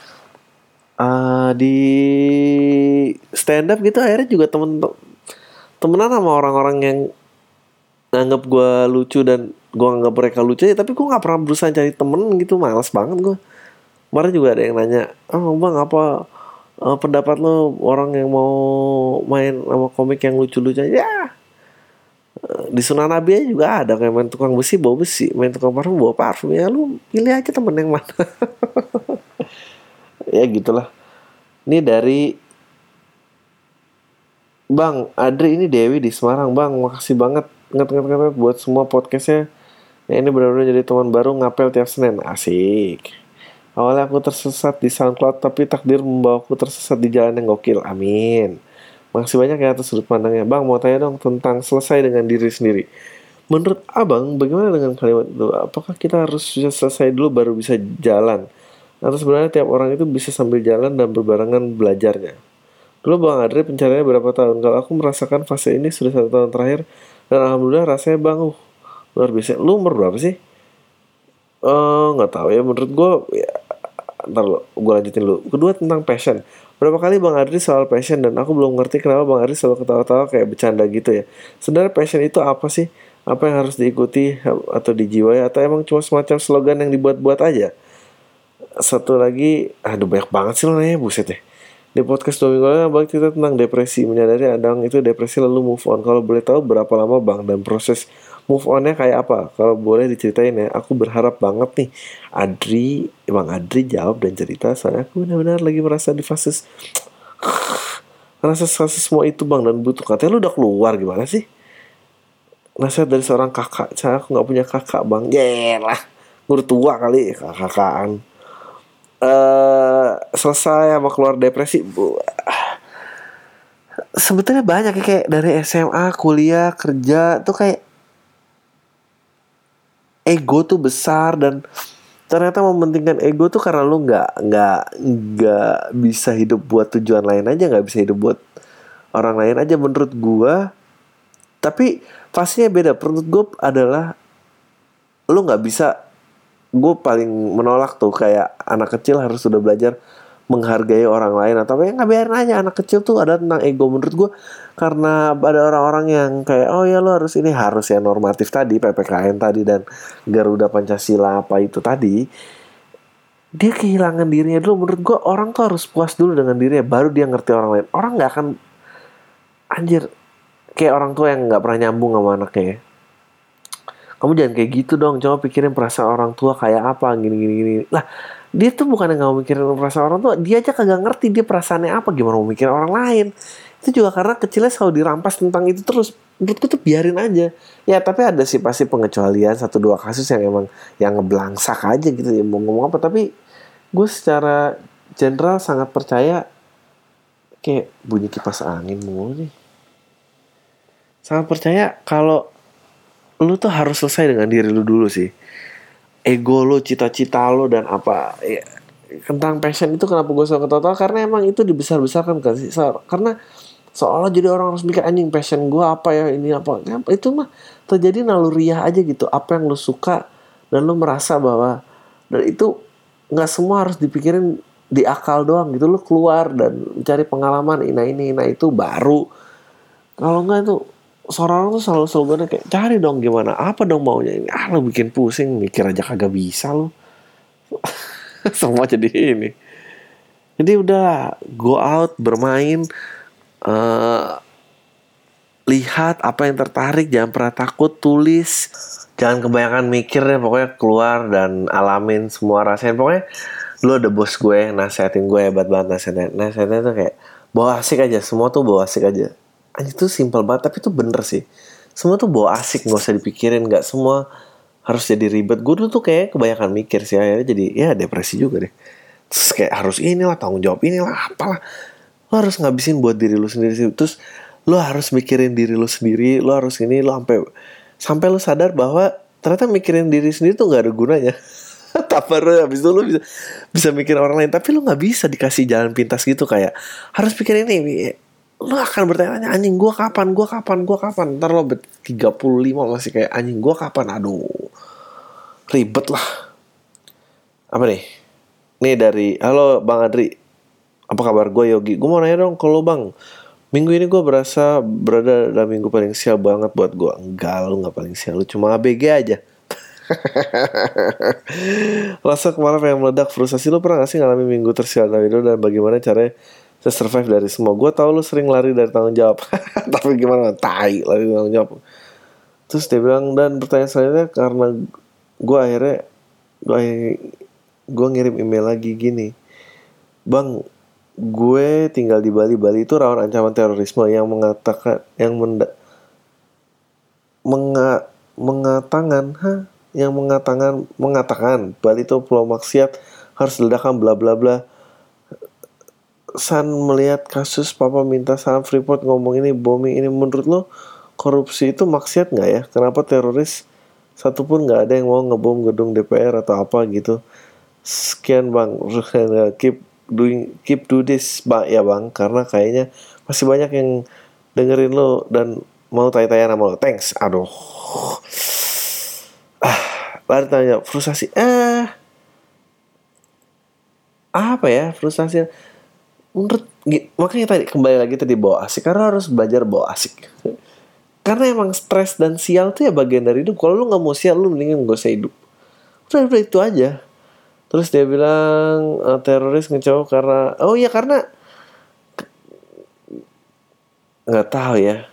Di stand up gitu akhirnya juga temenan sama orang-orang yang nganggap gue lucu dan gue nganggap mereka lucu ya, tapi gue nggak pernah berusaha cari temen gitu, malas banget gue. Kemarin juga ada yang nanya, bang apa pendapat lo orang yang mau main sama komik yang lucu-lucu aja. Di Sunan Nabi aja juga ada kayak main tukang besi bawa besi, main tukang parfum bawa parfum. Ya lu pilih aja temen yang mana. Ya gitulah. Ini dari Bang Adri, ini Dewi di Semarang. Bang, makasih banget nget buat semua podcastnya. Ya, ini benar-benar jadi teman baru ngapel tiap Senin. Asik. Awalnya aku tersesat di SoundCloud, tapi takdir membawaku tersesat di jalan yang gokil. Amin. Makasih banyak ya atas sudut pandangnya. Bang, mau tanya dong tentang selesai dengan diri sendiri. Menurut abang, bagaimana dengan kalimat itu? Apakah kita harus selesai dulu baru bisa jalan? Atau sebenarnya tiap orang itu bisa sambil jalan dan berbarengan belajarnya? Dulu Bang Adri pencariannya berapa tahun? Kalau aku merasakan fase ini sudah 1 tahun terakhir. Dan Alhamdulillah rasanya bang, luar biasa. Lu umur berapa sih? Nggak tahu ya. Menurut gue, ya, ntar lo, gue lanjutin dulu. Kedua tentang passion. Berapa kali Bang Adri soal passion dan aku belum ngerti kenapa Bang Adri selalu ketawa-tawa kayak bercanda gitu ya. Sebenarnya passion itu apa sih? Apa yang harus diikuti atau dijiwai atau emang cuma semacam slogan yang dibuat-buat aja? Satu lagi, aduh banyak banget sih lo nanya, buset deh. Di podcast 2 minggu lalu bang cerita tentang depresi, menyadari adang itu depresi lalu move on. Kalau boleh tahu berapa lama bang dan proses move onnya kayak apa? Kalau boleh diceritain ya, aku berharap banget nih Bang Adri jawab dan cerita. Soalnya aku benar-benar lagi merasa di fase fase semua itu bang dan butuh. Katanya lu udah keluar, gimana sih? Nasihat dari seorang kakak. Saya aku nggak punya kakak bang. Yelah, gue udah tua kali kakak-kakaan. Selesai sama keluar depresi sebetulnya banyak ya, kayak dari SMA, kuliah, kerja tuh kayak ego tuh besar dan ternyata mementingkan ego tuh karena lu nggak bisa hidup buat tujuan lain aja, nggak bisa hidup buat orang lain aja menurut gua. Tapi fasenya beda. Menurut gua adalah lu nggak bisa. Gue paling menolak tuh kayak anak kecil harus sudah belajar menghargai orang lain atau ya nggak, biarin aja anak kecil tuh ada tentang ego. Menurut gue karena ada orang-orang yang kayak oh ya lo harus ini, harus ya normatif tadi, PPKN tadi dan Garuda Pancasila apa itu tadi, dia kehilangan dirinya dulu. Menurut gue orang tuh harus puas dulu dengan dirinya baru dia ngerti orang lain. Orang nggak akan, anjir, kayak orang tua yang nggak pernah nyambung sama anaknya. Kamu jangan kayak gitu dong, coba pikirin perasaan orang tua kayak apa, gini. Lah, dia tuh bukan yang gak mau mikirin perasaan orang tua, dia aja kagak ngerti dia perasaannya apa, gimana mau mikirin orang lain. Itu juga karena kecilnya selalu dirampas tentang itu terus. Menurutku tuh biarin aja. Ya tapi ada sih pasti pengecualian 1-2 kasus yang emang yang ngeblangsak aja gitu ya, mau ngomong apa. Tapi gue secara general sangat percaya, kayak bunyi kipas angin mulu nih. Sangat percaya kalau lu tuh harus selesai dengan diri lu dulu sih. Ego lu, cita-cita lu dan apa ya, tentang passion itu kenapa gue selalu ketawa-tawa karena emang itu dibesar-besarkan kan sih. Karena seolah jadi orang harus mikir anjing passion gue apa ya, ini apa. Itu mah terjadi naluriah aja gitu. Apa yang lu suka dan lu merasa bahwa, dan itu nggak semua harus dipikirin di akal doang gitu. Lu keluar dan mencari pengalaman ini itu baru. Kalau nggak itu seorang tuh selalu gue kayak cari dong gimana, apa dong maunya ini, lo bikin pusing mikir aja kagak bisa lo. Semua jadi ini. Jadi udah go out bermain, lihat apa yang tertarik, jangan pernah takut, tulis, jangan kebanyakan mikir deh, pokoknya keluar dan alamin semua, rasain. Pokoknya lu ada bos gue nasihatin gue hebat banget, nasihatnya tuh kayak bawa asik aja, semua tuh bawa asik aja. Anjir tuh simpel banget tapi tuh bener sih. Semua tuh bawa asik, gak usah dipikirin. Gak semua harus jadi ribet. Gue dulu tuh kayak kebanyakan mikir sih, akhirnya jadi ya depresi juga deh. Terus kayak harus inilah, tanggung jawab inilah, apalah. Lo harus ngabisin buat diri lo sendiri sih. Terus lo harus mikirin diri lo sendiri. Lo harus ini, lo sampai lo sadar bahwa ternyata mikirin diri sendiri tuh gak ada gunanya. Taper habis itu lo bisa mikirin orang lain, tapi lo gak bisa dikasih jalan pintas gitu. Kayak harus pikirin ini. Lo akan bertanya, anjing gue kapan, ntar lo 35 masih kayak anjing gue kapan. Aduh, ribet lah. Apa nih dari halo Bang Adri, apa kabar? Gue Yogi. Gue mau nanya dong, kalau Bang, minggu ini gue berasa berada dalam minggu paling sial banget buat gue. Enggak, lo gak paling sial, lo cuma ABG aja. Rasa kemarin pengen meledak, frustasi. Lo pernah gak sih ngalamin minggu tersial dari lo dan bagaimana caranya Saya survive dari semua. Gue tahu lu sering lari dari tanggung jawab. Tapi gimana? Tai lari dari tanggung jawab. Terus dia bilang, dan pertanyaan selanjutnya karena gue akhirnya gue ngirim email lagi gini. Bang, gue tinggal di Bali. Bali itu rawan ancaman terorisme yang mengatakan mengatakan Bali itu pulau maksiat, harus diledakkan bla bla bla. San melihat kasus Papa minta saham Freeport ngomong ini bombing ini, menurut lo korupsi itu maksiat nggak ya? Kenapa teroris satupun nggak ada yang mau ngebom gedung DPR atau apa gitu? Sekian bang, keep do this bang ya bang, karena kayaknya masih banyak yang dengerin lo dan mau tanya-tanya sama lo. Thanks. Aduh. Lari tanya frustasi. Apa ya frustasi? Menurut makanya tadi kembali lagi tadi bawa asik, karena harus belajar bawa asik. Karena emang stres dan sial tuh ya bagian dari hidup. Kalau lu nggak mau sial, lu mendingan gak usah hidup. Udah itu aja. Terus dia bilang teroris ngecowok karena karena nggak tahu ya.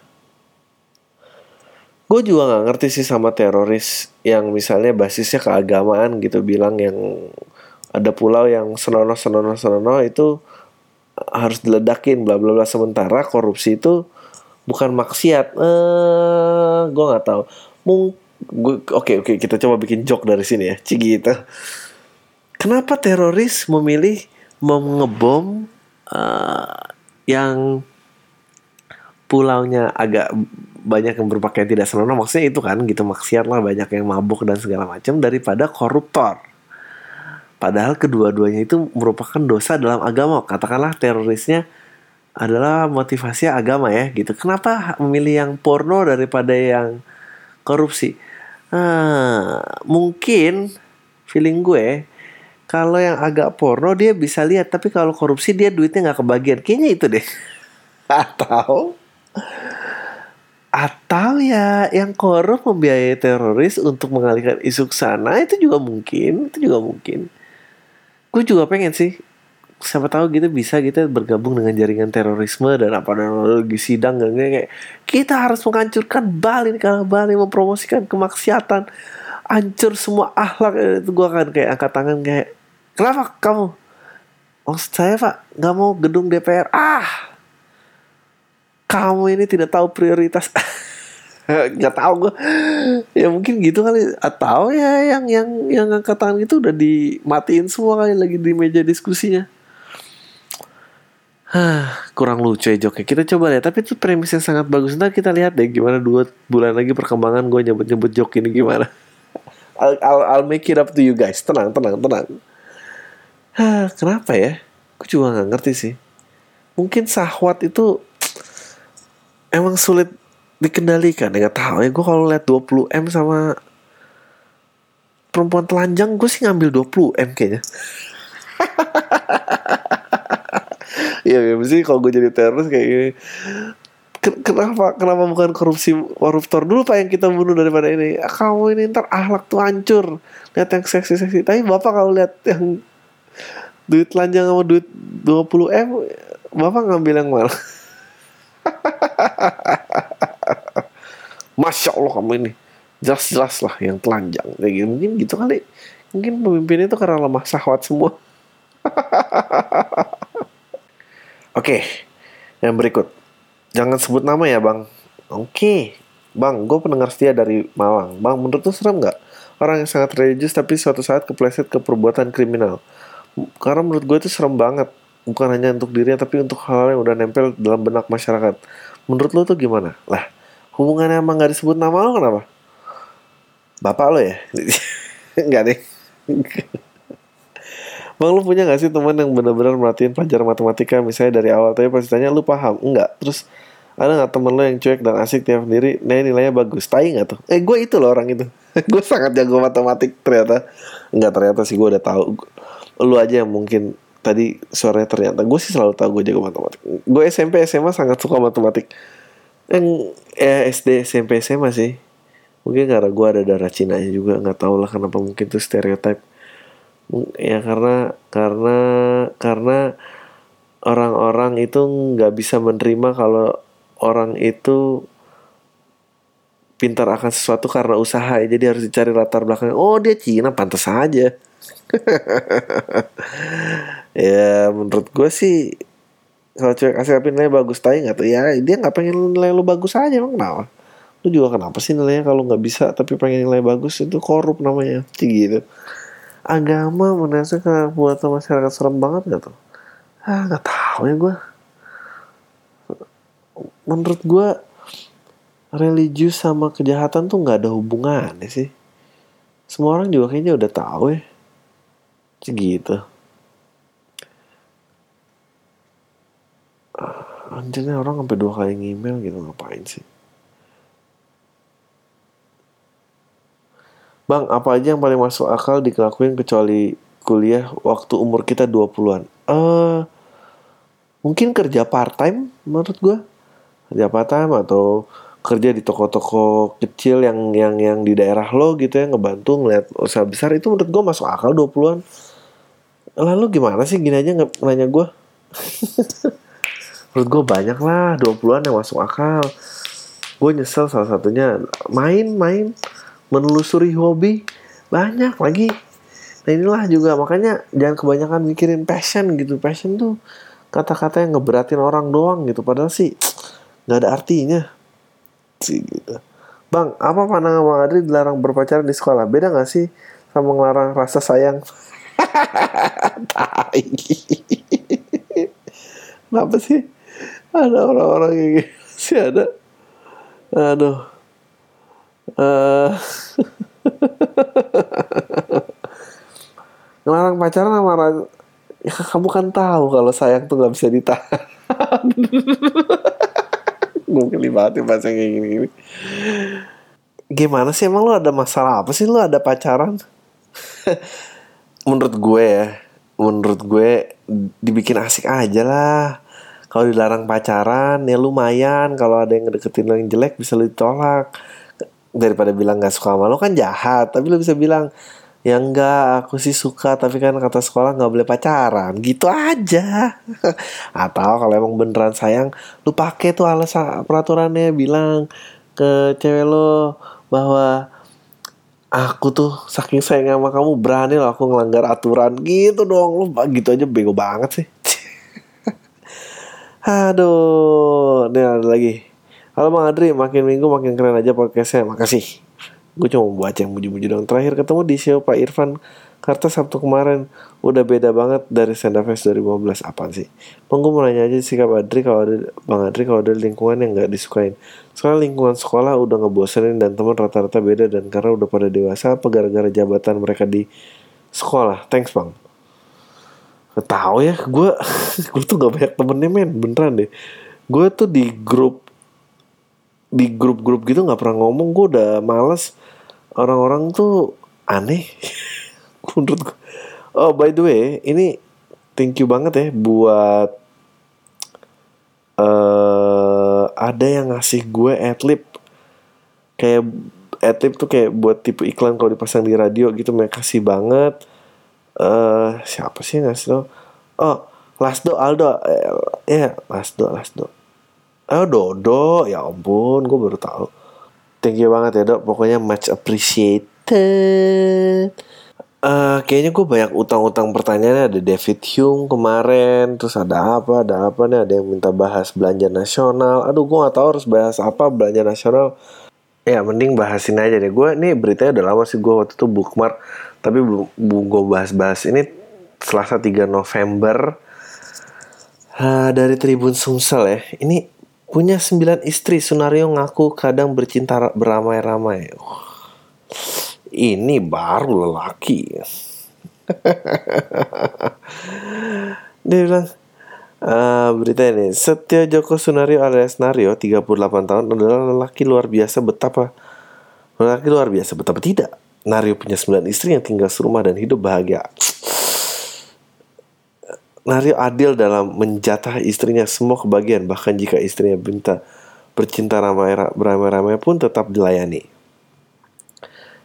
Gue juga nggak ngerti sih sama teroris yang misalnya basisnya keagamaan gitu, bilang yang ada pulau yang senonoh itu harus diledakin bla bla bla, sementara korupsi itu bukan maksiat. Gue nggak tahu. Oke, kita coba bikin joke dari sini ya, gitu. Kenapa teroris memilih ngebom yang pulaunya agak banyak yang berpakaian tidak senonoh, maksudnya itu kan gitu, maksiat lah, banyak yang mabuk dan segala macam, daripada koruptor. Padahal kedua-duanya itu merupakan dosa dalam agama. Katakanlah terorisnya adalah motivasi agama ya gitu. Kenapa memilih yang porno daripada yang korupsi? Mungkin feeling gue, kalau yang agak porno dia bisa lihat, tapi kalau korupsi dia duitnya nggak kebagian. Kayaknya itu deh. Atau ya yang korup membiayai teroris untuk mengalihkan isu ke sana, itu juga mungkin. Gue juga pengen sih, siapa tahu gitu bisa kita bergabung dengan jaringan terorisme dan lagi sidang dan kayak kita harus menghancurkan Bali karena Bali mempromosikan kemaksiatan, hancur semua akhlak. Itu gue akan kayak angkat tangan kayak, kenapa kamu? Maksud saya pak, nggak mau gedung DPR. Kamu ini tidak tahu prioritas. Nggak tahu gue. Ya mungkin gitu kali, atau ya yang angkat tangan itu udah dimatiin semua kali lagi di meja diskusinya. Kurang lucu ya joknya. Kita coba lihat. Tapi itu premisnya sangat bagus. Ntar kita lihat deh gimana 2 bulan lagi perkembangan gue nyebut jok ini gimana. I'll make it up to you guys. Tenang. Kenapa ya? Gue juga gak ngerti sih. Mungkin syahwat itu emang sulit dikendalikan. Gak tahu ya. Gue kalau lihat 20M sama perempuan telanjang, gue sih ngambil 20M kayaknya. Iya, mesti kalau gue jadi teroris kayak gini. Kenapa bukan koruptor dulu pak yang kita bunuh daripada ini? Kamu ini ntar akhlak tuh hancur. Lihat yang seksi. Tapi bapak kalau lihat yang duit telanjang sama duit 20M, bapak ngambil yang mana? Masya Allah kamu ini jelas lah yang telanjang kayak gitu. Mungkin gitu kali. Mungkin pemimpin itu karena lemah syahwat semua. Oke, yang berikut. Jangan sebut nama ya bang. Oke, bang, gue pendengar setia dari Malang. Bang, menurut lu serem gak orang yang sangat religius tapi suatu saat kepleset ke perbuatan kriminal? Karena menurut gue itu serem banget. Bukan hanya untuk dirinya tapi untuk hal yang udah nempel dalam benak masyarakat. Menurut lu tuh gimana? Lah, hubungannya emang gak disebut nama lo kenapa? Bapak lo ya? Enggak deh. Bang, lu punya gak sih teman yang benar-benar merhatiin pelajaran matematika misalnya dari awal tapi pasti tanya lu paham? Enggak. Terus ada gak temen lu yang cuek dan asik tiap sendiri nilainya bagus? Tai gak tuh? Gue itu loh orang itu. Gue sangat jago matematik ternyata. Enggak, ternyata sih gue udah tahu. Lu aja yang mungkin tadi suaranya ternyata. Gue sih selalu tahu gue jago matematik. Gue SMP SMA sangat suka matematik. Yang SD SMP SMA sih. Mungkin karena gue ada darah Cinanya juga, gak tau lah kenapa, mungkin tuh stereotype. Ya karena orang-orang itu nggak bisa menerima kalau orang itu pintar akan sesuatu karena usaha, jadi harus dicari latar belakang. Oh, dia Cina, pantas aja. Ya menurut gue sih, kalau cewek kasih nilai bagus tapi nggak tahu ya, dia nggak pengen nilai lu bagus aja, emang kenapa? Lu juga kenapa sih nilainya kalau nggak bisa tapi pengen nilai bagus, itu korup namanya, sih gitu. Agama menasih ke buat masyarakat, serem banget gak tuh? Nggak tahu ya gue. Menurut gue religius sama kejahatan tuh nggak ada hubungannya sih. Semua orang juga kayaknya udah tahu ya, segitu. Anjirnya orang sampai 2 kali ngemail gitu, ngapain sih? Bang, apa aja yang paling masuk akal dilakuin kecuali kuliah waktu umur kita 20-an? Mungkin kerja part time menurut gue. Kerja part time atau kerja di toko-toko kecil yang di daerah lo gitu ya, ngebantu ngeliat usaha besar, itu menurut gue masuk akal 20-an. Lalu gimana sih, gini aja nanya gue? Menurut gue banyak lah 20-an yang masuk akal. Gue nyesel salah satunya main-main, menelusuri hobi, banyak lagi. Nah inilah juga makanya jangan kebanyakan mikirin passion gitu. Passion tuh kata-kata yang ngeberatin orang doang gitu, padahal sih nggak ada artinya sih gitu. Bang, apa pandangan Bang Adri dilarang berpacaran di sekolah? Beda nggak sih sama ngelarang rasa sayang? Tai. Kenapa sih ada orang-orang kayak gitu sih, ada? Aduh. eh Ngelarang pacaran sama ya, kamu kan tahu kalau sayang tuh nggak bisa ditahan. Gue geli banget ya bahasa kayak gini-gini. Gimana sih, emang lu ada masalah apa sih lu ada pacaran? Menurut gue dibikin asik aja lah. Kalau dilarang pacaran ya lumayan, kalau ada yang ngedeketin lo yang jelek bisa lu ditolak. Daripada bilang gak suka sama lo kan jahat, tapi lu bisa bilang ya enggak, aku sih suka tapi kan kata sekolah gak boleh pacaran, gitu aja. Atau kalau emang beneran sayang, lu pakai tuh alasan peraturannya, bilang ke cewek lo bahwa aku tuh saking sayang sama kamu berani loh aku ngelanggar aturan, gitu dong. Lu gitu aja bego banget sih. Aduh, nih ada lagi. Halo Bang Adri, makin minggu makin keren aja podcastnya, makasih. Gue cuma mau baca yang muji-muji dong. Terakhir ketemu di show Pak Irfan Karta Sabtu kemarin, udah beda banget dari Stand Up Fest 2015. Apaan sih? Bang, gue mau nanya aja sikap Adri kalau ada, Bang Adri kalau ada lingkungan yang gak disukain. Soalnya lingkungan sekolah udah ngebosenin dan teman rata-rata beda, dan karena udah pada dewasa apa gara-gara jabatan mereka di sekolah. Thanks Bang. Gak tau ya, gue tuh gak banyak temennya men, beneran deh. Gue tuh di grup-grup gitu nggak pernah ngomong. Gue udah males, orang-orang tuh aneh. Menurut gue. Oh by the way, ini thank you banget ya buat ada yang ngasih gue adlib. Kayak adlib tuh kayak buat tipe iklan kalau dipasang di radio gitu. Makasih banget. Siapa sih yang ngasih lo? Oh, Lasdo Aldo. Lasdo. Oh, Dodo, ya ampun, gue baru tahu. Thank you banget ya Dok, pokoknya much appreciated. Kayaknya gue banyak utang-utang pertanyaannya. Ada David Hume kemarin, terus ada apa nih, ada yang minta bahas belanja nasional. Aduh, gue nggak tahu harus bahas apa belanja nasional. Ya mending bahasin aja deh. Gue nih beritanya udah lama sih, gue waktu itu bookmark, tapi belum gue bahas-bahas. Ini Selasa 3 November dari Tribun Sumsel ya. Ini punya 9 istri, Sunario ngaku kadang bercinta beramai-ramai. Ini baru lelaki. Dia bilang, berita ini, Setio Joko Sunario alias Nario 38 tahun adalah lelaki luar biasa. Betapa tidak, Nario punya 9 istri yang tinggal serumah dan hidup bahagia. Nario adil dalam menjatah istrinya semua kebahagiaan, bahkan jika istrinya bercinta beramai-ramai pun tetap dilayani.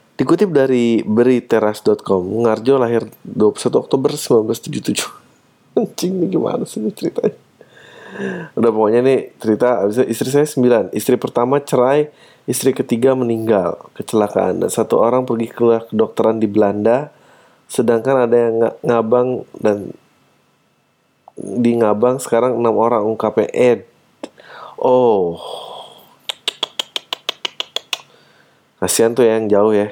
Dikutip dari beriteras.com, Ngarjo lahir 21 Oktober 1977. Anjing nih gimana sih nih ceritanya. Udah pokoknya nih cerita abis itu istri saya 9. Istri pertama cerai, istri ketiga meninggal kecelakaan. Dan satu orang pergi ke kedokteran di Belanda, sedangkan ada yang ngabang dan di Ngabang sekarang 6 orang ungkapnya Ed. Oh, kasihan tuh yang jauh ya.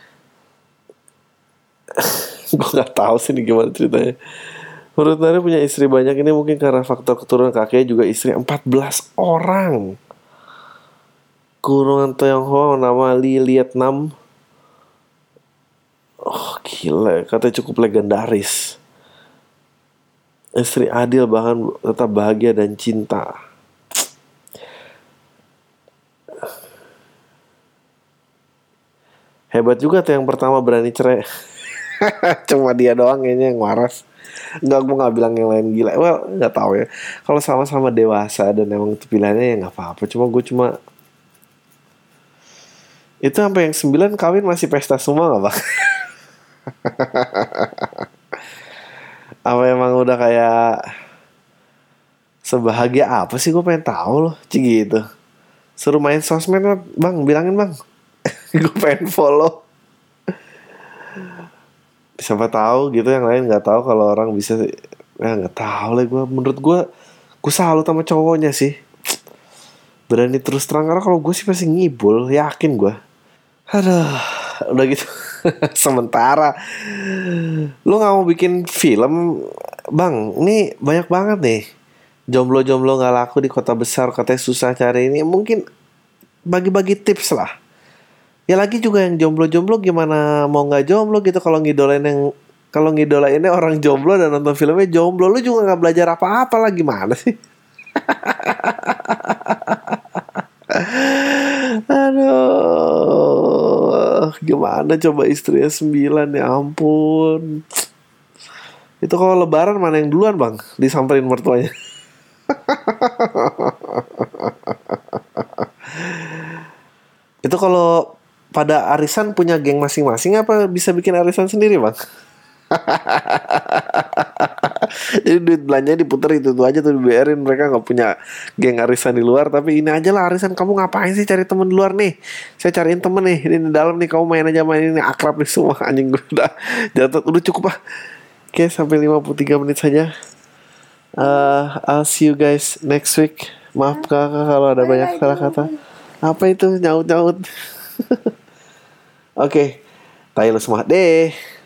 Gue nggak tahu sih nih gimana ceritanya. Menurut Nari punya istri banyak ini mungkin karena faktor keturunan kakeknya juga istri 14 orang. Kurungan Tionghoa nama Li Liet Nam. Oh gila, katanya cukup legendaris. Istri adil bahkan tetap bahagia dan cinta. Hebat juga tuh yang pertama berani cerai. Cuma dia doang kayaknya yang waras. Enggak, gue gak bilang yang lain gila. Well, gak tahu ya. Kalau sama-sama dewasa dan emang itu pilihannya ya gak apa-apa. Gue cuma itu sampai yang 9 kawin masih pesta semua gak bang? Apa emang udah kayak sebahagia apa sih, gue pengen tahu loh. Cik gitu. Suruh main sosmed bang, bilangin bang. Gue pengen follow. Siapa tahu gitu yang lain nggak tahu kalau orang bisa ya nggak tahu lah gue. Menurut gue salut sama cowoknya sih, berani terus terang. Karena kalau gue sih pasti ngibul, yakin gue. Aduh, udah gitu. Sementara lu nggak mau bikin film bang, ini banyak banget nih jomblo-jomblo nggak laku di kota besar, katanya susah cari ini. Mungkin bagi-bagi tips lah. Ya lagi juga yang jomblo-jomblo gimana mau nggak jomblo gitu kalau ngidolainnya orang jomblo dan nonton filmnya jomblo, lu juga nggak belajar apa-apa lah, gimana sih? Aduh, gimana coba istrinya 9, ya ampun. Itu kalau lebaran mana yang duluan bang disamperin mertuanya? Itu kalau pada arisan punya geng masing-masing apa bisa bikin arisan sendiri bang? Jadi duit belanjanya diputer itu aja tuh dibayarin. Mereka nggak punya geng arisan di luar, tapi ini aja lah arisan. Kamu ngapain sih cari temen di luar nih? Saya cariin temen nih ini di dalam nih, kamu main aja, main ini akrab nih semua. Anjing gue udah jatuh, udah cukup ah. Oke, sampai 53 menit saja. I'll see you guys next week. Maaf kakak kalau ada banyak salah kata. Apa itu nyaut-nyaut? Oke, tayo semua deh.